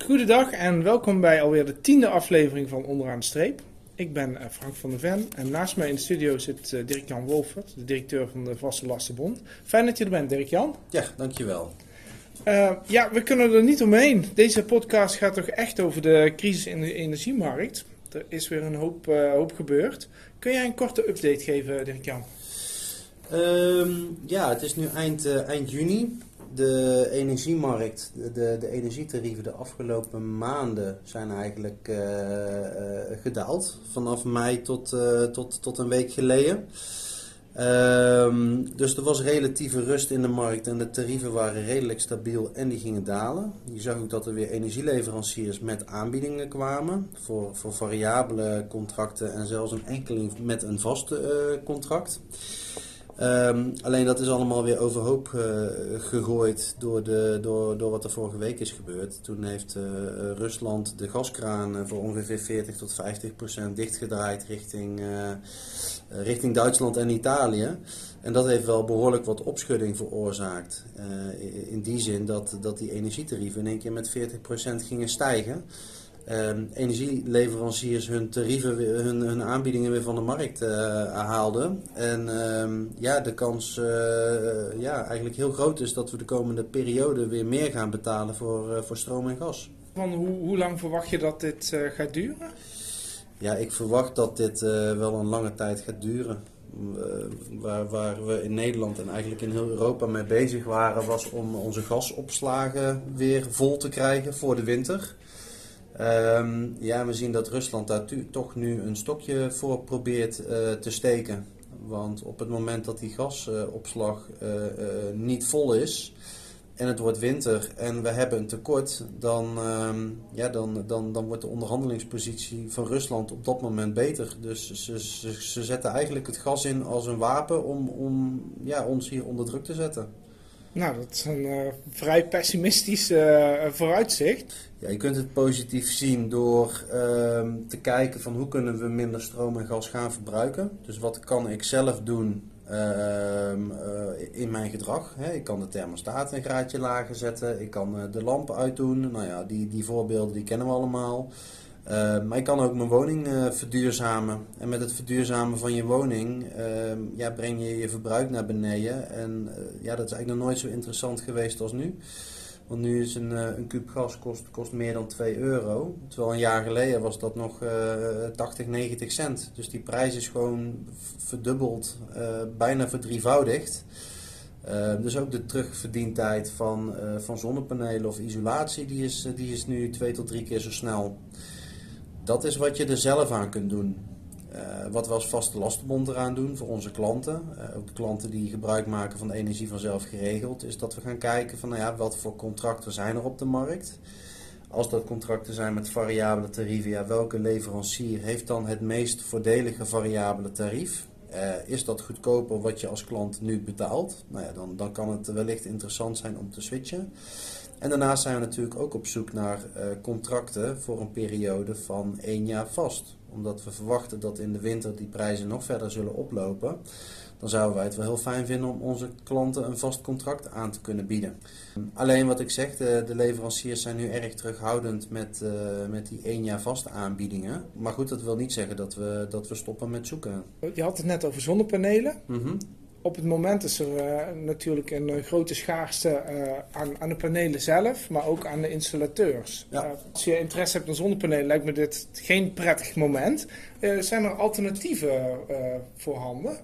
Goedendag en welkom bij alweer de 10e aflevering van Onderaan de Streep. Ik ben Frank van der Ven en naast mij in de studio zit Dirk-Jan Wolfert, de directeur van de Vaste Lastenbond. Fijn dat je er bent, Dirk-Jan. Ja, dankjewel. We kunnen er niet omheen. Deze podcast gaat toch echt over de crisis in de energiemarkt. Er is weer een hoop gebeurd. Kun jij een korte update geven, Dirk-Jan? Het is nu eind juni. De energiemarkt, de energietarieven de afgelopen maanden zijn eigenlijk gedaald. Vanaf mei tot een week geleden. Dus er was relatieve rust in de markt en de tarieven waren redelijk stabiel en die gingen dalen. Je zag ook dat er weer energieleveranciers met aanbiedingen kwamen voor variabele contracten en zelfs een enkeling met een vast contract. Alleen dat is allemaal weer overhoop gegooid door wat er vorige week is gebeurd. Toen heeft Rusland de gaskraan voor ongeveer 40 tot 50% dichtgedraaid richting Duitsland en Italië. En dat heeft wel behoorlijk wat opschudding veroorzaakt. In die zin dat die energietarieven in één keer met 40% gingen stijgen. Energieleveranciers hun tarieven, hun aanbiedingen weer van de markt haalden. En de kans eigenlijk heel groot is dat we de komende periode weer meer gaan betalen voor stroom en gas. Hoe lang verwacht je dat dit gaat duren? Ja, ik verwacht dat dit wel een lange tijd gaat duren. Waar we in Nederland en eigenlijk in heel Europa mee bezig waren, was om onze gasopslagen weer vol te krijgen voor de winter. We zien dat Rusland daar toch nu een stokje voor probeert te steken. Want op het moment dat die gasopslag niet vol is en het wordt winter en we hebben een tekort, dan wordt de onderhandelingspositie van Rusland op dat moment beter. Dus ze zetten eigenlijk het gas in als een wapen om ons hier onder druk te zetten. Nou, dat is een vrij pessimistisch vooruitzicht. Ja, je kunt het positief zien door te kijken van hoe kunnen we minder stroom en gas gaan verbruiken. Dus wat kan ik zelf doen in mijn gedrag. Ik kan de thermostaat een graadje lager zetten. Ik kan de lamp uitdoen. Nou ja, die voorbeelden die kennen we allemaal. Maar ik kan ook mijn woning verduurzamen. En met het verduurzamen van je woning breng je je verbruik naar beneden. En dat is eigenlijk nog nooit zo interessant geweest als nu. Want nu is een kuub gas kost meer dan 2 euro. Terwijl een jaar geleden was dat nog 80, 90 cent. Dus die prijs is gewoon verdubbeld, bijna verdrievoudigd. Dus ook de terugverdientijd van zonnepanelen of isolatie, die is nu 2 tot 3 keer zo snel. Dat is wat je er zelf aan kunt doen. Wat we als Vaste Lastenbond eraan doen voor onze klanten, ook de klanten die gebruik maken van de energie vanzelf geregeld, is dat we gaan kijken van wat voor contracten zijn er op de markt. Als dat contracten zijn met variabele tarieven, welke leverancier heeft dan het meest voordelige variabele tarief? Is dat goedkoper wat je als klant nu betaalt? Dan kan het wellicht interessant zijn om te switchen. En daarnaast zijn we natuurlijk ook op zoek naar contracten voor een periode van 1 jaar vast. Omdat we verwachten dat in de winter die prijzen nog verder zullen oplopen. Dan zouden wij het wel heel fijn vinden om onze klanten een vast contract aan te kunnen bieden. Alleen wat ik zeg, de leveranciers zijn nu erg terughoudend met die 1 jaar vaste aanbiedingen. Maar goed, dat wil niet zeggen dat we stoppen met zoeken. Je had het net over zonnepanelen. Mm-hmm. Op het moment is er natuurlijk een grote schaarste aan de panelen zelf, maar ook aan de installateurs. Ja. Als je interesse hebt in zonnepanelen, lijkt me dit geen prettig moment. Zijn er alternatieven voorhanden?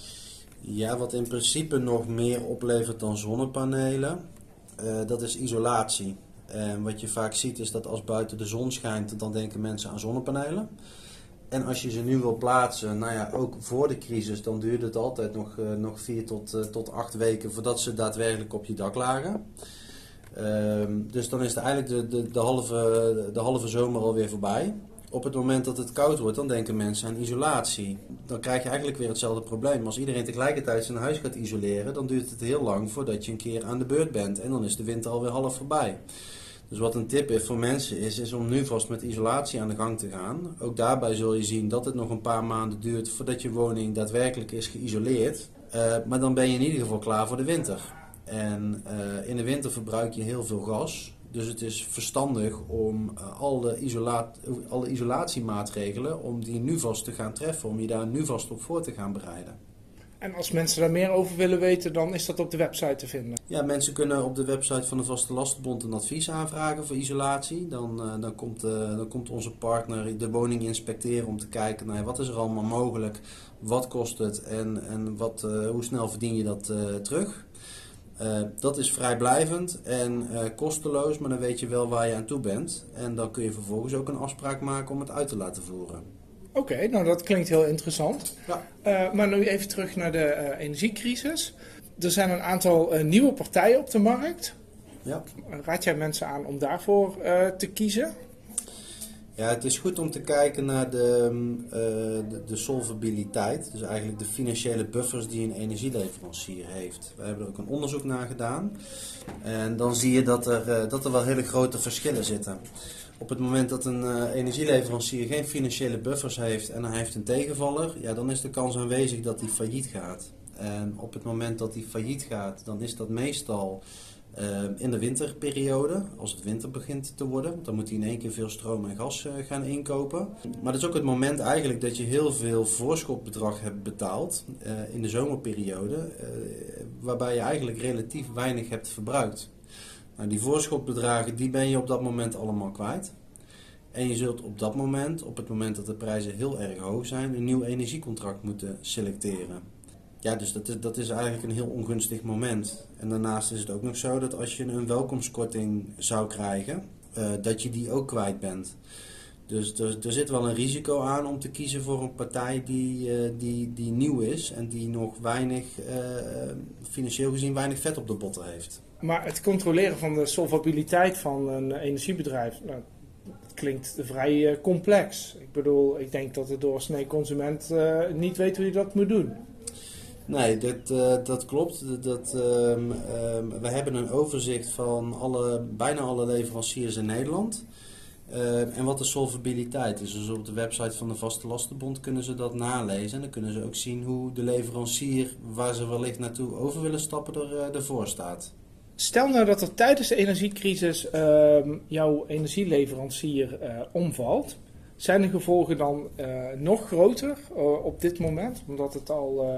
Ja, wat in principe nog meer oplevert dan zonnepanelen, dat is isolatie. Wat je vaak ziet is dat als buiten de zon schijnt, dan denken mensen aan zonnepanelen. En als je ze nu wil plaatsen, ook voor de crisis, dan duurde het altijd nog 4 tot 8 weken voordat ze daadwerkelijk op je dak lagen. Dus dan is eigenlijk de halve zomer alweer voorbij. Op het moment dat het koud wordt, dan denken mensen aan isolatie. Dan krijg je eigenlijk weer hetzelfde probleem. Als iedereen tegelijkertijd zijn huis gaat isoleren, dan duurt het heel lang voordat je een keer aan de beurt bent. En dan is de winter alweer half voorbij. Dus wat een tip is voor mensen is om nu vast met isolatie aan de gang te gaan. Ook daarbij zul je zien dat het nog een paar maanden duurt voordat je woning daadwerkelijk is geïsoleerd. Maar dan ben je in ieder geval klaar voor de winter. En in de winter verbruik je heel veel gas. Dus het is verstandig om alle isolatiemaatregelen, om die nu vast te gaan treffen, om je daar nu vast op voor te gaan bereiden. En als mensen daar meer over willen weten, dan is dat op de website te vinden? Ja, mensen kunnen op de website van de Vaste Lastenbond een advies aanvragen voor isolatie. Dan komt onze partner de woning inspecteren om te kijken naar wat is er allemaal mogelijk, wat kost het en hoe snel verdien je dat terug. Dat is vrijblijvend en kosteloos, maar dan weet je wel waar je aan toe bent. En dan kun je vervolgens ook een afspraak maken om het uit te laten voeren. Oké, nou dat klinkt heel interessant. Ja. Maar nu even terug naar de energiecrisis. Er zijn een aantal nieuwe partijen op de markt. Ja. Raad jij mensen aan om daarvoor te kiezen? Ja, het is goed om te kijken naar de solvabiliteit. Dus eigenlijk de financiële buffers die een energieleverancier heeft. We hebben er ook een onderzoek naar gedaan. En dan zie je dat er wel hele grote verschillen zitten. Op het moment dat een energieleverancier geen financiële buffers heeft en hij heeft een tegenvaller, ja, dan is de kans aanwezig dat hij failliet gaat. En op het moment dat hij failliet gaat, dan is dat meestal in de winterperiode, als het winter begint te worden. Want dan moet hij in één keer veel stroom en gas gaan inkopen. Maar dat is ook het moment eigenlijk dat je heel veel voorschotbedrag hebt betaald in de zomerperiode, waarbij je eigenlijk relatief weinig hebt verbruikt. Nou, die voorschotbedragen die ben je op dat moment allemaal kwijt. En je zult op dat moment, op het moment dat de prijzen heel erg hoog zijn, een nieuw energiecontract moeten selecteren. Ja, dus dat is eigenlijk een heel ongunstig moment. En daarnaast is het ook nog zo dat als je een welkomstkorting zou krijgen, dat je die ook kwijt bent. Dus er zit wel een risico aan om te kiezen voor een partij die nieuw is en die nog financieel gezien weinig vet op de botten heeft. Maar het controleren van de solvabiliteit van een energiebedrijf, nou, dat klinkt vrij complex. Ik bedoel, ik denk dat de doorsnee consument niet weet hoe hij dat moet doen. Nee, dat klopt. We hebben een overzicht van bijna alle leveranciers in Nederland. En wat de solvabiliteit is. Dus op de website van de Vaste Lastenbond kunnen ze dat nalezen. En dan kunnen ze ook zien hoe de leverancier waar ze wellicht naartoe over willen stappen ervoor staat. Stel nou dat er tijdens de energiecrisis jouw energieleverancier omvalt. Zijn de gevolgen dan nog groter op dit moment? Omdat het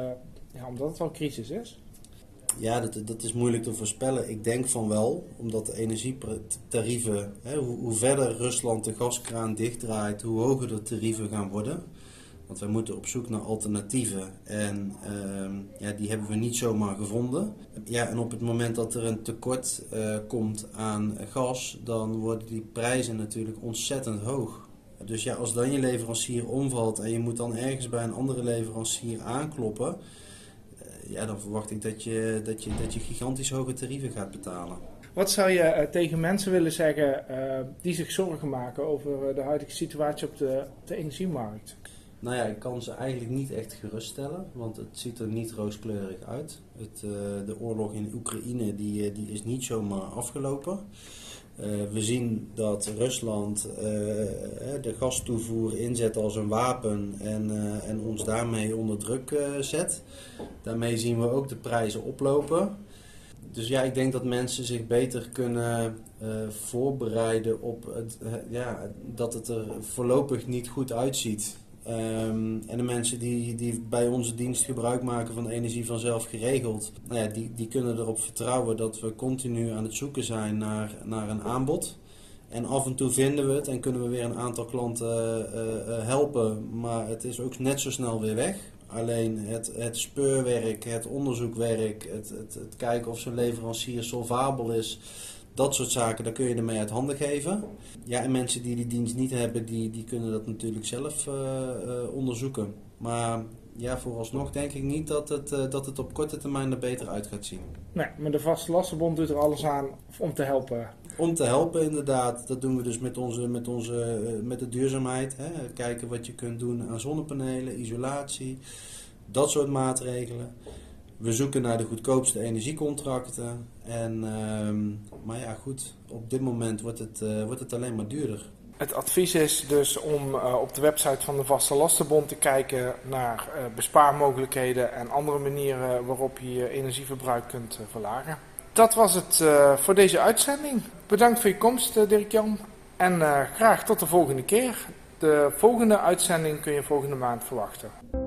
al crisis is? Ja, dat is moeilijk te voorspellen. Ik denk van wel, omdat de energietarieven, hoe verder Rusland de gaskraan dichtdraait, hoe hoger de tarieven gaan worden. Want wij moeten op zoek naar alternatieven en die hebben we niet zomaar gevonden. Ja, en op het moment dat er een tekort komt aan gas, dan worden die prijzen natuurlijk ontzettend hoog. Dus ja, als dan je leverancier omvalt en je moet dan ergens bij een andere leverancier aankloppen, dan verwacht ik dat je gigantisch hoge tarieven gaat betalen. Wat zou je tegen mensen willen zeggen die zich zorgen maken over de huidige situatie op de energiemarkt? Nou ja, ik kan ze eigenlijk niet echt geruststellen, want het ziet er niet rooskleurig uit. De oorlog in Oekraïne die is niet zomaar afgelopen. We zien dat Rusland de gastoevoer inzet als een wapen en ons daarmee onder druk zet. Daarmee zien we ook de prijzen oplopen. Dus ja, ik denk dat mensen zich beter kunnen voorbereiden op dat het er voorlopig niet goed uitziet. En de mensen die bij onze dienst gebruik maken van energie vanzelf geregeld, die kunnen erop vertrouwen dat we continu aan het zoeken zijn naar een aanbod. En af en toe vinden we het en kunnen we weer een aantal klanten helpen, maar het is ook net zo snel weer weg. Alleen het speurwerk, het onderzoekwerk, het kijken of zo'n leverancier solvabel is, dat soort zaken, daar kun je ermee uit handen geven. Ja, en mensen die die dienst niet hebben, die kunnen dat natuurlijk zelf onderzoeken. Maar ja, vooralsnog denk ik niet dat het op korte termijn er beter uit gaat zien. Nee, maar de Vaste Lastenbond doet er alles aan om te helpen. Om te helpen inderdaad, dat doen we dus met de duurzaamheid. Hè. Kijken wat je kunt doen aan zonnepanelen, isolatie, dat soort maatregelen. We zoeken naar de goedkoopste energiecontracten. Maar ja, goed, op dit moment wordt het alleen maar duurder. Het advies is dus om op de website van de Vaste Lastenbond te kijken naar bespaarmogelijkheden en andere manieren waarop je je energieverbruik kunt verlagen. Dat was het voor deze uitzending. Bedankt voor je komst, Dirk-Jan. En graag tot de volgende keer. De volgende uitzending kun je volgende maand verwachten.